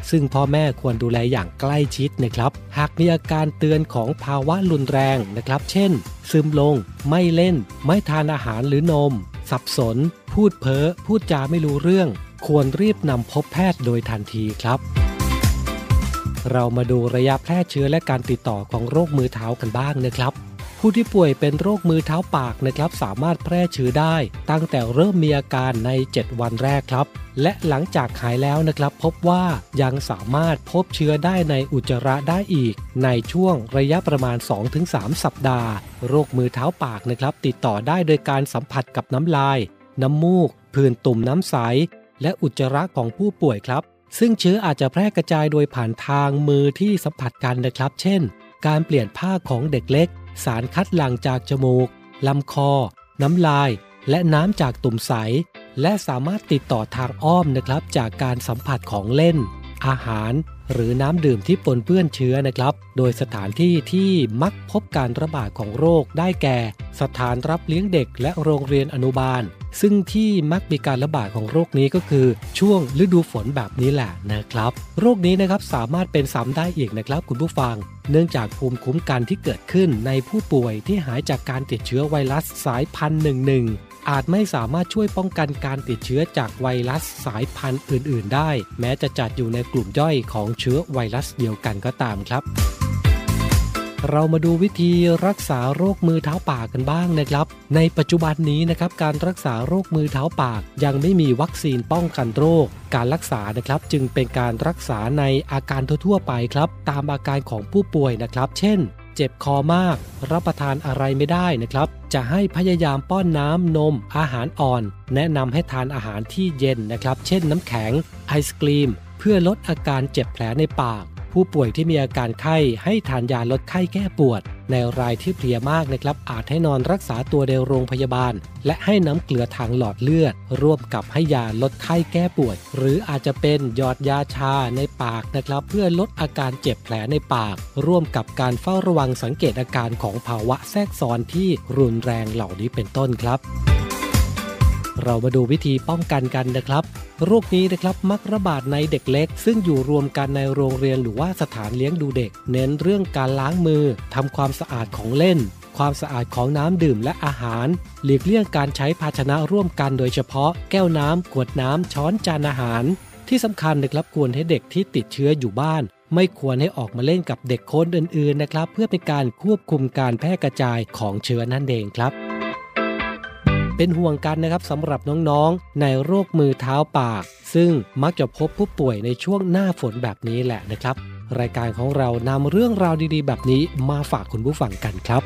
ซึ่งพ่อแม่ควรดูแลอย่างใกล้ชิดนะครับหากมีอาการเตือนของภาวะรุนแรงนะครับเช่นซึมลงไม่เล่นไม่ทานอาหารหรือนมสับสนพูดเพ้อพูดจาไม่รู้เรื่องควรรีบนำพบแพทย์โดยทันทีครับเรามาดูระยะแพร่เชื้อและการติดต่อของโรคมือเท้ากันบ้างนะครับผู้ที่ป่วยเป็นโรคมือเท้าปากนะครับสามารถแพร่เชื้อได้ตั้งแต่เริ่มมีอาการใน7วันแรกครับและหลังจากหายแล้วนะครับพบว่ายังสามารถพบเชื้อได้ในอุจจาระได้อีกในช่วงระยะประมาณ 2-3 สัปดาห์โรคมือเท้าปากนะครับติดต่อได้โดยการสัมผัสกับน้ำลายน้ำมูกผื่นตุ่มน้ำใสและอุจจาระของผู้ป่วยครับซึ่งเชื้ออาจจะแพร่กระจายโดยผ่านทางมือที่สัมผัสกันนะครับเช่นการเปลี่ยนผ้าของเด็กเล็กสารคัดหลั่งจากจมูกลำคอน้ำลายและน้ำจากตุ่มใสและสามารถติดต่อทางอ้อมนะครับจากการสัมผัสของเล่นอาหารหรือน้ำดื่มที่ปนเปื้อนเชื้อนะครับโดยสถานที่ที่มักพบการระบาดของโรคได้แก่สถานรับเลี้ยงเด็กและโรงเรียนอนุบาลซึ่งที่มักมีการระบาดของโรคนี้ก็คือช่วงฤดูฝนแบบนี้แหละนะครับโรคนี้นะครับสามารถเป็นซ้ำได้อีกนะครับคุณผู้ฟังเนื่องจากภูมิคุ้มกันที่เกิดขึ้นในผู้ป่วยที่หายจากการติดเชื้อไวรัสสายพันธุ์11อาจไม่สามารถช่วยป้องกันการติดเชื้อจากไวรัสสายพันธุ์อื่นๆได้แม้จะจัดอยู่ในกลุ่มย่อยของเชื้อไวรัสเดียวกันก็ตามครับเรามาดูวิธีรักษาโรคมือเท้าปากกันบ้างนะครับในปัจจุบันนี้นะครับการรักษาโรคมือเท้าปากยังไม่มีวัคซีนป้องกันโรคการรักษานะครับจึงเป็นการรักษาในอาการทั่วๆไปครับตามอาการของผู้ป่วยนะครับเช่นเจ็บคอมากรับประทานอะไรไม่ได้นะครับจะให้พยายามป้อนน้ำนมอาหารอ่อนแนะนำให้ทานอาหารที่เย็นนะครับเช่นน้ำแข็งไอศกรีมเพื่อลดอาการเจ็บแผลในปากผู้ป่วยที่มีอาการไข้ให้ทานยาลดไข้แก้ปวดในรายที่เพลียมากนะครับอาจให้นอนรักษาตัวในโรงพยาบาลและให้น้ำเกลือทางหลอดเลือดร่วมกับให้ยาลดไข้แก้ปวดหรืออาจจะเป็นหยอดยาชาในปากนะครับเพื่อลดอาการเจ็บแผลในปากร่วมกับการเฝ้าระวังสังเกตอาการของภาวะแทรกซ้อนที่รุนแรงเหล่านี้เป็นต้นครับเรามาดูวิธีป้องกันกันนะครับโรคนี้นะครับมักระบาดในเด็กเล็กซึ่งอยู่รวมกันในโรงเรียนหรือว่าสถานเลี้ยงดูเด็กเน้นเรื่องการล้างมือทำความสะอาดของเล่นความสะอาดของน้ำดื่มและอาหารหลีกเลี่ยงการใช้ภาชนะร่วมกันโดยเฉพาะแก้วน้ำขวดน้ำช้อนจานอาหารที่สำคัญนะครับควรให้เด็กที่ติดเชื้ออยู่บ้านไม่ควรให้ออกมาเล่นกับเด็กคนอื่นๆนะครับเพื่อเป็นการควบคุมการแพร่กระจายของเชื้อนั่นเองครับเป็นห่วงกันนะครับสำหรับน้องๆในโรคมือเท้าปากซึ่งมักจะพบผู้ป่วยในช่วงหน้าฝนแบบนี้แหละนะครับรายการของเรานำเรื่องราวดีๆแบบนี้มาฝากคุณผู้ฟังกันครับ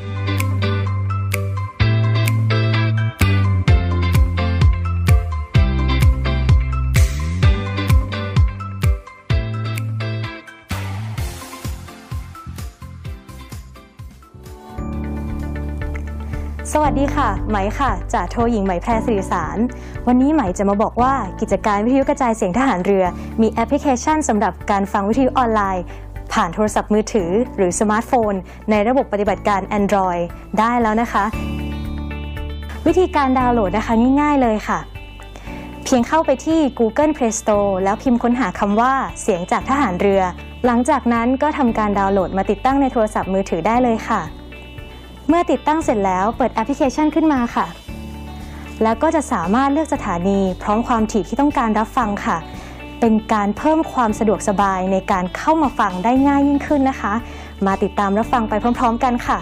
สวัสดีค่ะไหมค่ะจ่าโทหญิงไหมแพรสิริสารวันนี้ไหมจะมาบอกว่ากิจการวิทยุกระจายเสียงทหารเรือมีแอปพลิเคชันสำหรับการฟังวิทยุออนไลน์ผ่านโทรศัพท์มือถือหรือสมาร์ทโฟนในระบบปฏิบัติการ Android ได้แล้วนะคะวิธีการดาวน์โหลดนะคะง่ายๆเลยค่ะเพียงเข้าไปที่ Google Play Store แล้วพิมพ์ค้นหาคำว่าเสียงจากทหารเรือหลังจากนั้นก็ทำการดาวน์โหลดมาติดตั้งในโทรศัพท์มือถือได้เลยค่ะเมื่อติดตั้งเสร็จแล้วเปิดแอปพลิเคชันขึ้นมาค่ะแล้วก็จะสามารถเลือกสถานีพร้อมความถี่ที่ต้องการรับฟังค่ะเป็นการเพิ่มความสะดวกสบายในการเข้ามาฟังได้ง่ายยิ่งขึ้นนะคะมาติดตามรับฟังไปพร้อมๆกันค่ะ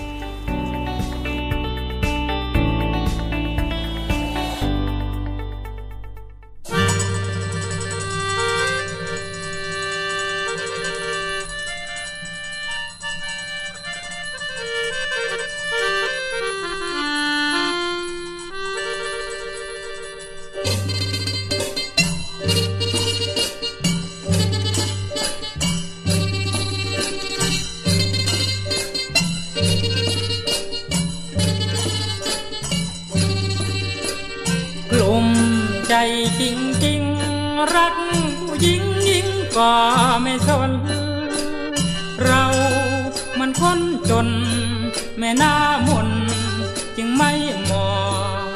ใจจริงๆรักผู้หญิงยิ่งกว่าไม่สนเรามันคนจนแม่หน้ามนจึงไม่มอง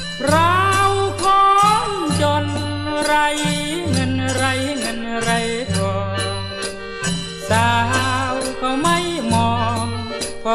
เราคนจนไรเงินไร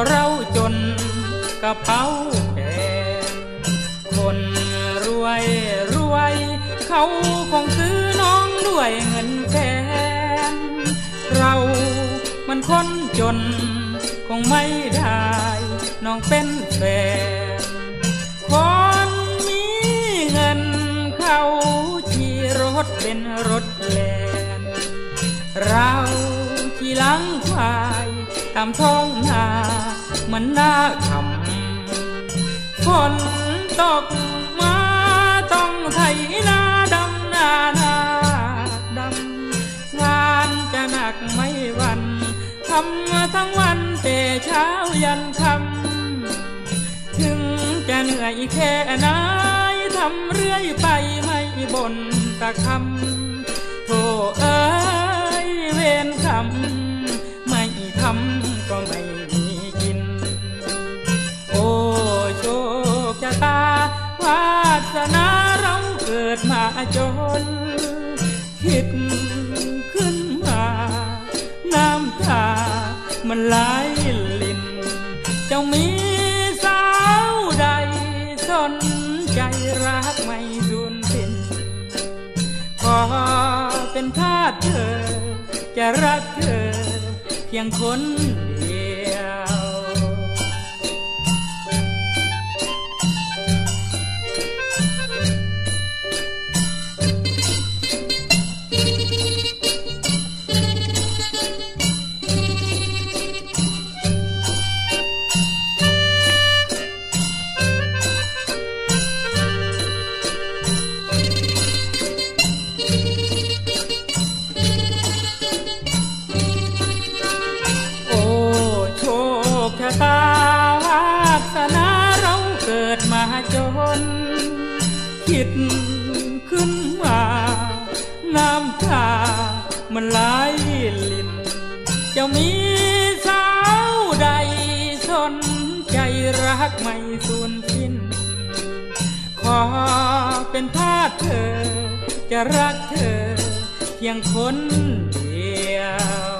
ราะเราจนกระเป๋าแพงคนรวยเขาคงซื้อน้องด้วยเงินแพงเรามันคนจนคงไม่ได้น้องเป็นแฟนคนมีเงินเขาขี่รถเป็นรถแล่นเราขี่หลังควายตามท้องนามันน่าขำฝนตกมาต้องไถนาดำนาดำงานจะหนักไม่วันทำทั้งวันแต่เช้ายันค่ำถึงจะเหนื่อยแค่ไหนทำเรื่อยไปไม่บ่นตะคำโธ่เอ้ยเวรกรรมไม่ทำก็ไม่มีกินโอ้โชคชะตาวาสนาเราเกิดมาจนคิดขึ้นมาน้ำตามันไหลลิ่นเจ้ามีสาวใดสนใจรักไม่สูญสิ้นขอเป็นทาสเธอจะรักเธอเพียงคนเดียว คิดขึ้นมาน้ำตามันไหลลิ่นจะมีสาวใดสนใจรักไม่สูญสิ้นขอเป็นทาสเธอจะรักเธอเพียงคนเดียว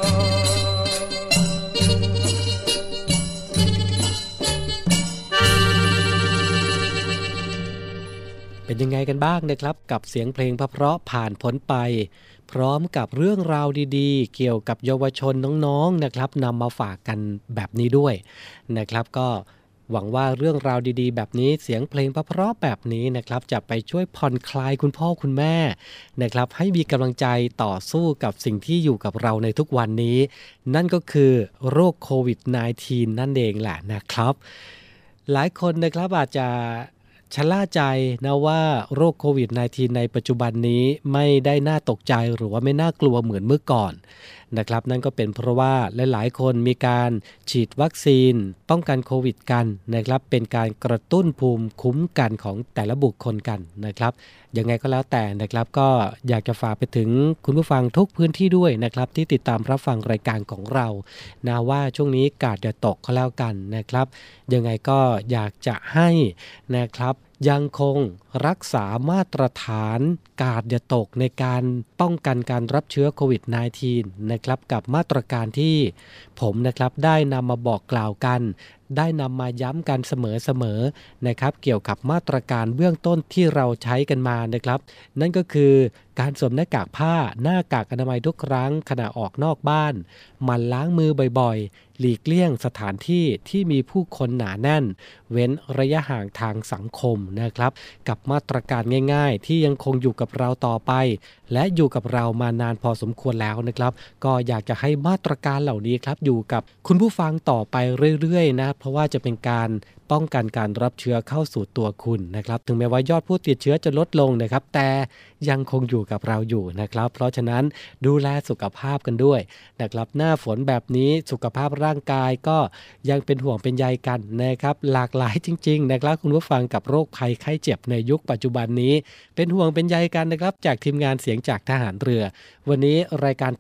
เป็นยังไงกันบ้างนะครับกับเสียงเพลงเพราะๆผ่านพ้นไปพร้อมกับเรื่องราวดีๆเกี่ยวกับเยาวชนน้องๆนะครับนำมาฝากกันแบบนี้ด้วยนะครับก็หวังว่าเรื่องราวดีๆแบบนี้เสียงเพลงเพราะๆแบบนี้นะครับจะไปช่วยผ่อนคลายคุณพ่อคุณแม่นะครับให้มีกำลังใจต่อสู้กับสิ่งที่อยู่กับเราในทุกวันนี้นั่นก็คือโรคโควิด -19 นั่นเองแหละนะครับหลายคนนะครับอาจจะชะล่าใจนะว่าโรคโควิด -19 ในปัจจุบันนี้ไม่ได้น่าตกใจหรือว่าไม่น่ากลัวเหมือนเมื่อก่อนนะครับนั่นก็เป็นเพราะว่าหลายๆคนมีการฉีดวัคซีนป้องกันโควิดกันนะครับเป็นการกระตุ้นภูมิคุ้มกันของแต่ละบุคคลกันนะครับยังไงก็แล้วแต่นะครับก็อยากจะฝากไปถึงคุณผู้ฟังทุกพื้นที่ด้วยนะครับที่ติดตามรับฟังรายการของเรานะว่าช่วงนี้กาดอย่าตกก็แล้วกันนะครับยังไงก็อยากจะให้นะครับยังคงรักษามาตรฐานกาดอย่าตกในการป้องกันการรับเชื้อโควิด -19 นะครับกับมาตรการที่ผมนะครับได้นำมาบอกกล่าวกันได้นำมาย้ำกันเสมอๆนะครับเกี่ยวกับมาตรการเบื้องต้นที่เราใช้กันมานะครับนั่นก็คือการสวมหน้ากากผ้าหน้ากากอนามัยทุกครั้งขณะออกนอกบ้านหมั่นล้างมือบ่อยๆหลีกเลี่ยงสถานที่ที่มีผู้คนหนาแน่นเว้นระยะห่างทางสังคมนะครับกับมาตรการง่ายๆที่ยังคงอยู่กับเราต่อไปและอยู่กับเรามานานพอสมควรแล้วนะครับก็อยากจะให้มาตรการเหล่านี้ครับอยู่กับคุณผู้ฟังต่อไปเรื่อยๆนะเพราะว่าจะเป็นการป้องกันการรับเชื้อเข้าสู่ตัวคุณนะครับถึงแม้ว่ายอดผู้ติดเชื้อจะลดลงนะครับแต่ยังคงอยู่กับเราอยู่นะครับเพราะฉะนั้นดูแลสุขภาพกันด้วยนะครับหน้าฝนแบบนี้สุขภาพร่างกายก็ยังเป็นห่วงเป็นใยกันนะครับหลากหลายจริงๆนะครับคุณผู้ฟังกับโรคภัยไข้เจ็บในยุคปัจจุบันนี้เป็นห่วงเป็นใยกันนะครับจากทีมงานเสียงจากทหารเรือวันนี้รายการ Talk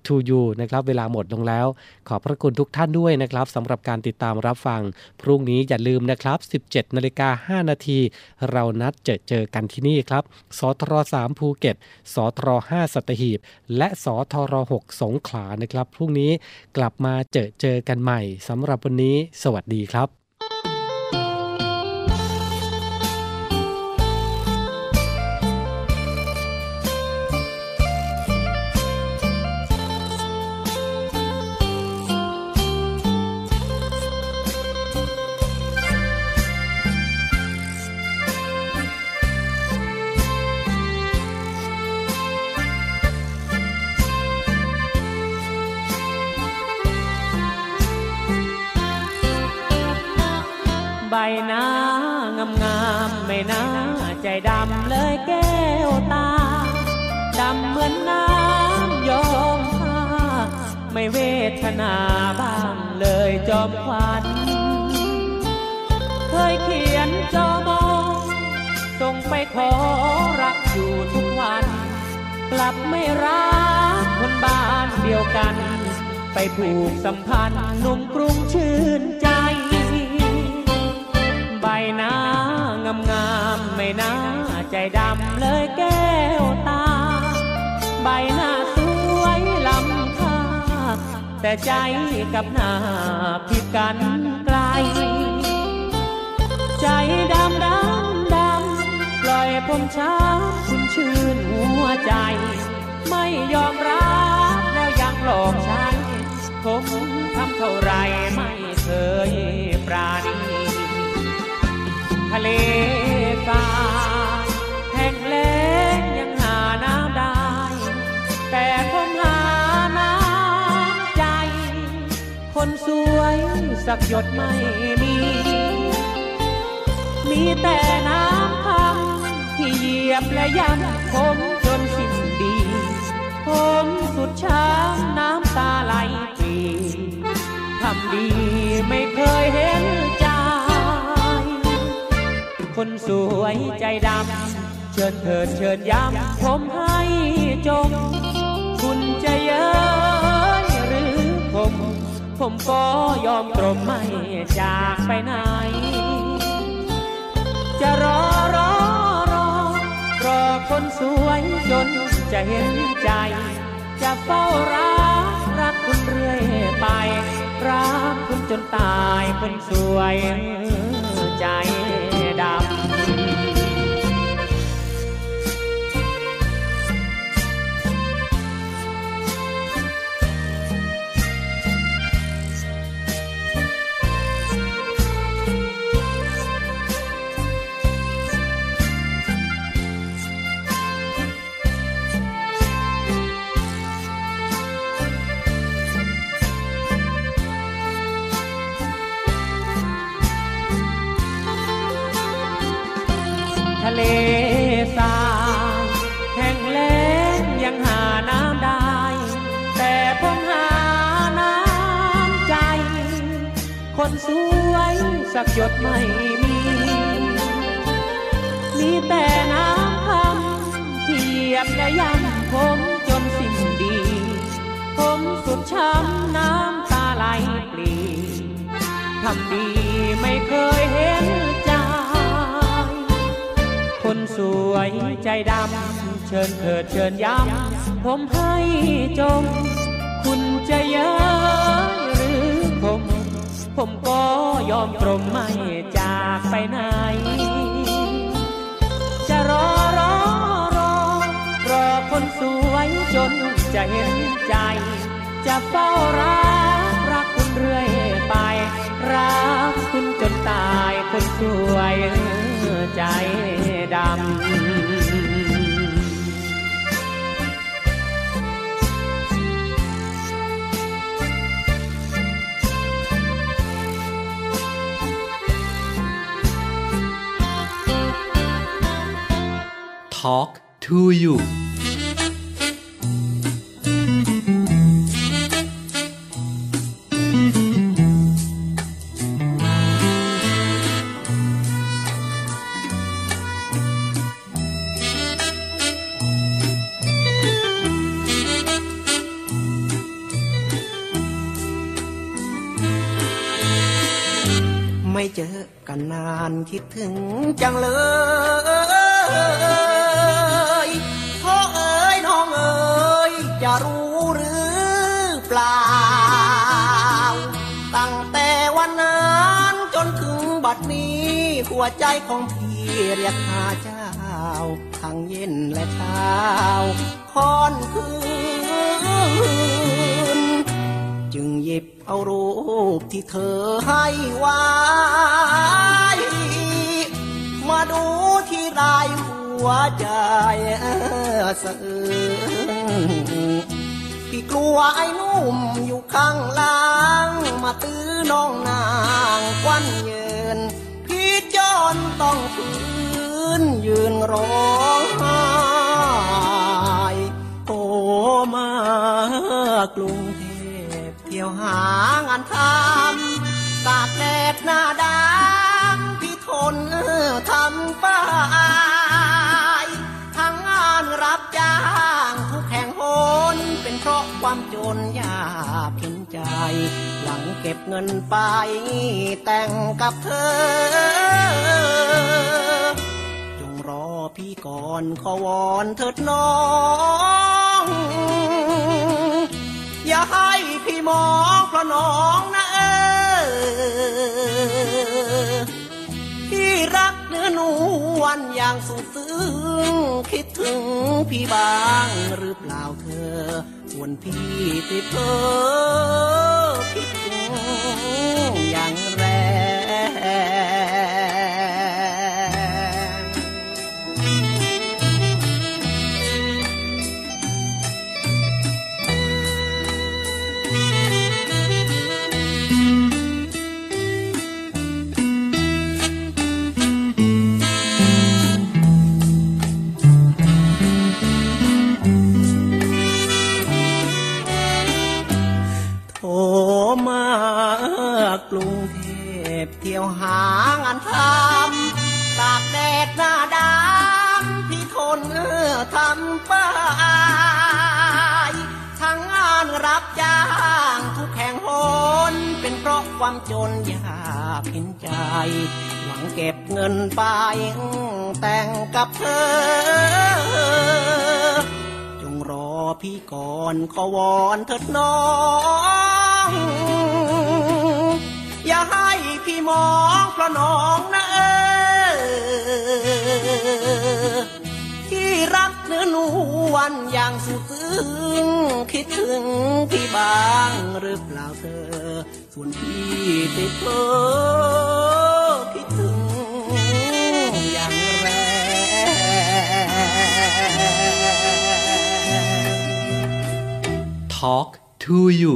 to you นะครับเวลาหมดลงแล้วขอบพระคุณทุกท่านด้วยนะครับสำหรับการติดตามรับฟังพรุ่งนี้อย่าลืมนะครับ 17:05 น.เรานัดเจอกันที่นี่ครับสทร3ภูเก็ตสทร5สัตหีบและสทร6สงขลานะครับพรุ่งนี้กลับมาเจอกันใหม่สำหรับวันนี้สวัสดีครับ
ใบหน้างามๆไม่น่าใจดำเลยแก้วตาดำเหมือนน้ำยอมผ้าไม่เวทนาบ้างเลยจอมขวัญเคยเขียนจอมองส่งไปขอรักอยู่ทุกวันกลับไม่รักคนบ้านเดียวกันไปผูกสัมพันธ์หนุ่มกรุงชื่นใจใบหน้างามๆไม่น่าใจดำเลยแก้วตาใบหน้าสวยล้ำค่าแต่ใจกับหน้าผิดกันไกลใจดำปล่อยผมช้ำคุณชื่นหัวใจไม่ยอมรับแล้วยังหลอกฉันผมทำเท่าไรไม่เคยปราณีทะเลทรายแห้งแล้งยังหาน้ำได้แต่ผมหาน้ำใจคนสวยสักหยดไม่มีแต่น้ำพังที่เหยียบและย้ำผมจนสิ้นดีผมสุดช้ำน้ำตาไหลปีทำดีไม่เคยเห็นใจคนสวยใจดำเชิญเถิดเชิญย้ำผมให้จงคุณจะเย้ยหรือผมก็ยอมตรมไม่จากไปไหนจะรอคนสวยจนจะเห็นใจจะเฝ้ารักคุณเรื่อยไปรักคุณจนตายคนสวยใจดำทะเลทรายแห้งแล้งยังหาน้ำได้แต่ผมหาน้ำใจคนสวยสักหยดไม่มีแต่น้ำพังที่เหยียบและย้ำผมจนสิ้นดีผมสุดช้ำน้ำตาไหลปลีทำดีไม่เคยเห็นใจคนสวยใจดำเชิญเถิดเชิญย้ำผมให้จงคุณจะเย้ยหรือผมก็ยอมตรมไม่จากไปไหนจะรอคนสวยจนจะเห็นใจจะเฝ้ารักคุณเรื่อยไปรักคุณจนตายคนสวยใจดำ
Talk to you
ไม่เจอกันนานคิดถึงจังเลย พ่อเอ๋ยน้องเอ๋ยจะรู้หรือเปล่าตั้งแต่วันนั้นจนถึงบัดนี้หัวใจของพี่เรียกหาเจ้าทั้งเย็นและเช้าค่อนคืนจึงหยิบเอารูปที่เธอให้ไว้มาดูที่รายหัวใจสะอื้นพี่กลัวไอ้นุ่มอยู่ข้างหลังมาตื้อน้องนางควันเยินพี่จนต้องฝืนยืนร้องไห้โอ้มากรุงเทพเที่ยวหางานทำตากแดดหน้าดำพี่ทนทำป้ายทั้งงานรับจ้างทุกแห่งหนเป็นเพราะความจนยากเข็นใจหวังเก็บเงินไปแต่งกับเธอจงรอพี่ก่อนขอวอนเถิดน้องอย่าให้พี่มองเพราะน้องนะพี่รักเนื้อนวลอย่างสุดซึ้งคิดถึงพี่บ้างหรือเปล่าเธอชวนพี่ไปเพ้อคิดถึงอย่างแรงกรุงเทพเที่ยวหางานทำตากแดดหน้าดำพี่ทนทำป้ายทั้งงานรับจ้างทุกแห่งหนเป็นเพราะความจนยากเห็นใจหวังเก็บเงินไปแต่งกับเธอจงรอพี่ก่อนขอวอนเถิดน้องอย่าให้พี่มองเพราะน้องนะที่รักเนื้อนวลอย่างสุดซึ้งคิดถึงพี่บ้างหรือเปล่าเธอส่วนพี่ติดเพ้อคิดถึงอย่างแรง
Talk to you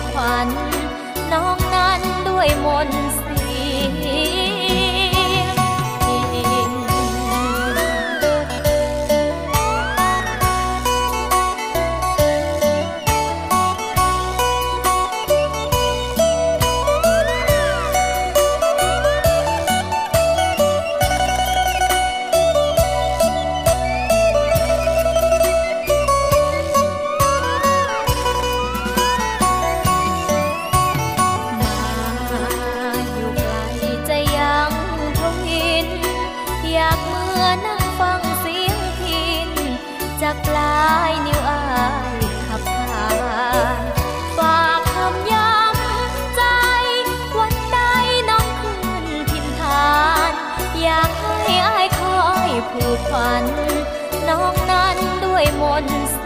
กพันน้องนั้นด้วยมนต์เสียงปลายนิ้วอายขับผ่านฝากคำย้ำใจวันใดน้องคืนถิ่นฐานอยากให้อายคอยผูกพันน้องนั้นด้วยมนต์